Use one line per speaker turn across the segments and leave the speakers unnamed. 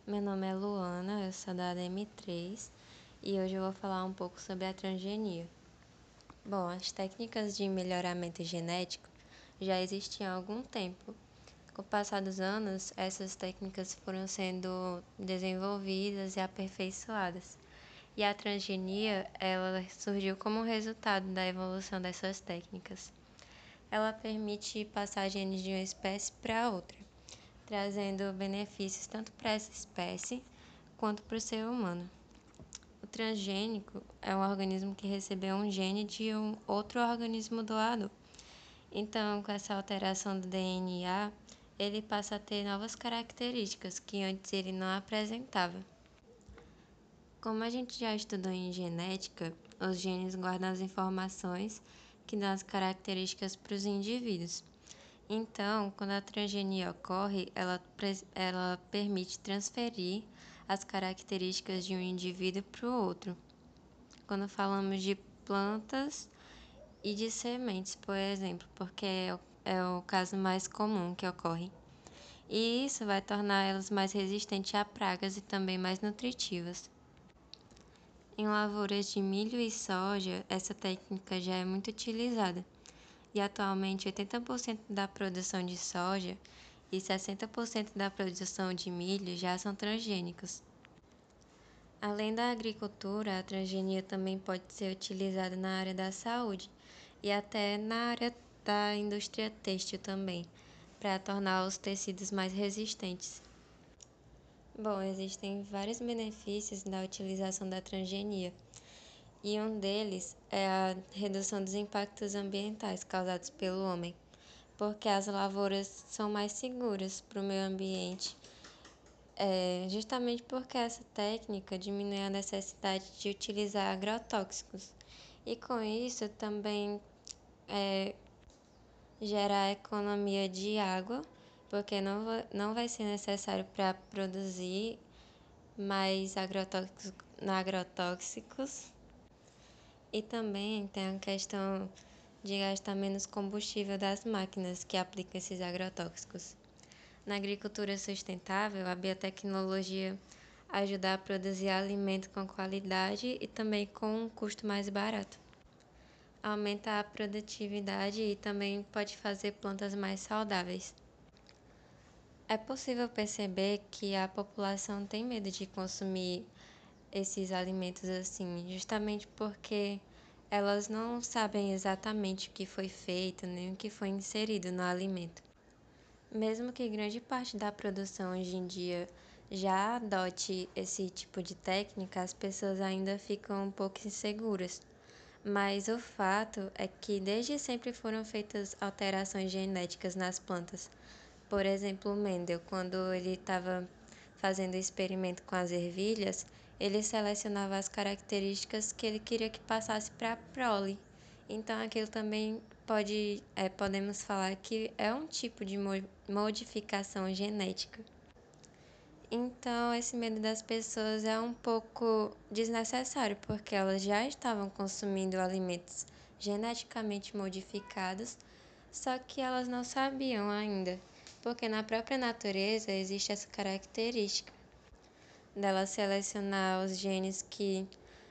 Meu nome é Luana, eu sou da ADM3 e hoje eu vou falar um pouco sobre a transgenia. Bom, as técnicas de melhoramento genético já existiam há algum tempo. Com o passar dos anos, essas técnicas foram sendo desenvolvidas e aperfeiçoadas. E a transgenia, ela surgiu como resultado da evolução dessas técnicas. Ela permite passar genes de uma espécie para outra, trazendo benefícios tanto para essa espécie quanto para o ser humano. O transgênico é um organismo que recebeu um gene de um outro organismo doador. Então, com essa alteração do DNA, ele passa a ter novas características que antes ele não apresentava. Como a gente já estudou em genética, os genes guardam as informações que dão as características para os indivíduos. Então, quando a transgenia ocorre, ela permite transferir as características de um indivíduo para o outro. Quando falamos de plantas e de sementes, por exemplo, porque é o caso mais comum que ocorre. E isso vai tornar elas mais resistentes a pragas e também mais nutritivas. Em lavouras de milho e soja, essa técnica já é muito utilizada. E atualmente 80% da produção de soja e 60% da produção de milho já são transgênicos. Além da agricultura, a transgenia também pode ser utilizada na área da saúde e até na área da indústria têxtil também, para tornar os tecidos mais resistentes. Bom, existem vários benefícios da utilização da transgenia, e um deles é a redução dos impactos ambientais causados pelo homem, porque as lavouras são mais seguras para o meio ambiente, justamente porque essa técnica diminui a necessidade de utilizar agrotóxicos, e com isso também gera economia de água, porque não vai ser necessário para produzir mais agrotóxicos. E também tem a questão de gastar menos combustível das máquinas que aplicam esses agrotóxicos. Na agricultura sustentável, a biotecnologia ajuda a produzir alimento com qualidade e também com um custo mais barato. Aumenta a produtividade e também pode fazer plantas mais saudáveis. É possível perceber que a população tem medo de consumir esses alimentos assim, justamente porque elas não sabem exatamente o que foi feito nem o que foi inserido no alimento. Mesmo que grande parte da produção hoje em dia já adote esse tipo de técnica, as pessoas ainda ficam um pouco inseguras. Mas o fato é que desde sempre foram feitas alterações genéticas nas plantas. Por exemplo, Mendel, quando ele estava fazendo o experimento com as ervilhas, ele selecionava as características que ele queria que passasse para a prole. Então, aquilo também podemos falar que é um tipo de modificação genética. Então, esse medo das pessoas é um pouco desnecessário, porque elas já estavam consumindo alimentos geneticamente modificados, só que elas não sabiam ainda, porque na própria natureza existe essa característica dela selecionar os genes que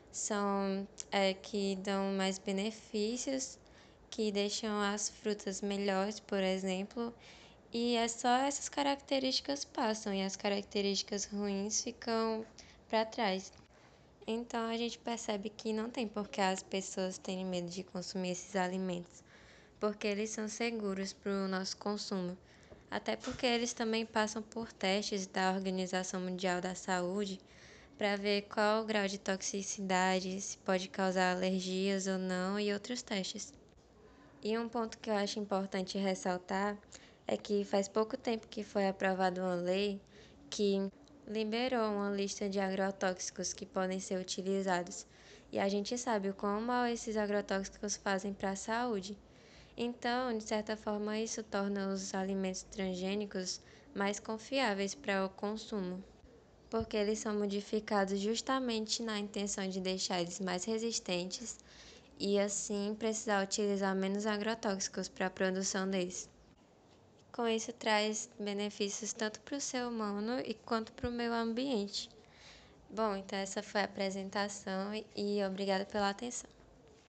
que dão mais benefícios, que deixam as frutas melhores, por exemplo, e é só essas características passam e as características ruins ficam para trás. Então a gente percebe que não tem por que as pessoas terem medo de consumir esses alimentos, porque eles são seguros para o nosso consumo. Até porque eles também passam por testes da Organização Mundial da Saúde para ver qual o grau de toxicidade, se pode causar alergias ou não e outros testes. E um ponto que eu acho importante ressaltar é que faz pouco tempo que foi aprovada uma lei que liberou uma lista de agrotóxicos que podem ser utilizados. E a gente sabe o quão mal esses agrotóxicos fazem para a saúde. Então, de certa forma, isso torna os alimentos transgênicos mais confiáveis para o consumo, porque eles são modificados justamente na intenção de deixar eles mais resistentes e assim precisar utilizar menos agrotóxicos para a produção deles. com isso traz benefícios tanto para o ser humano e quanto para o meio ambiente. Bom, então essa foi a apresentação e obrigada pela atenção.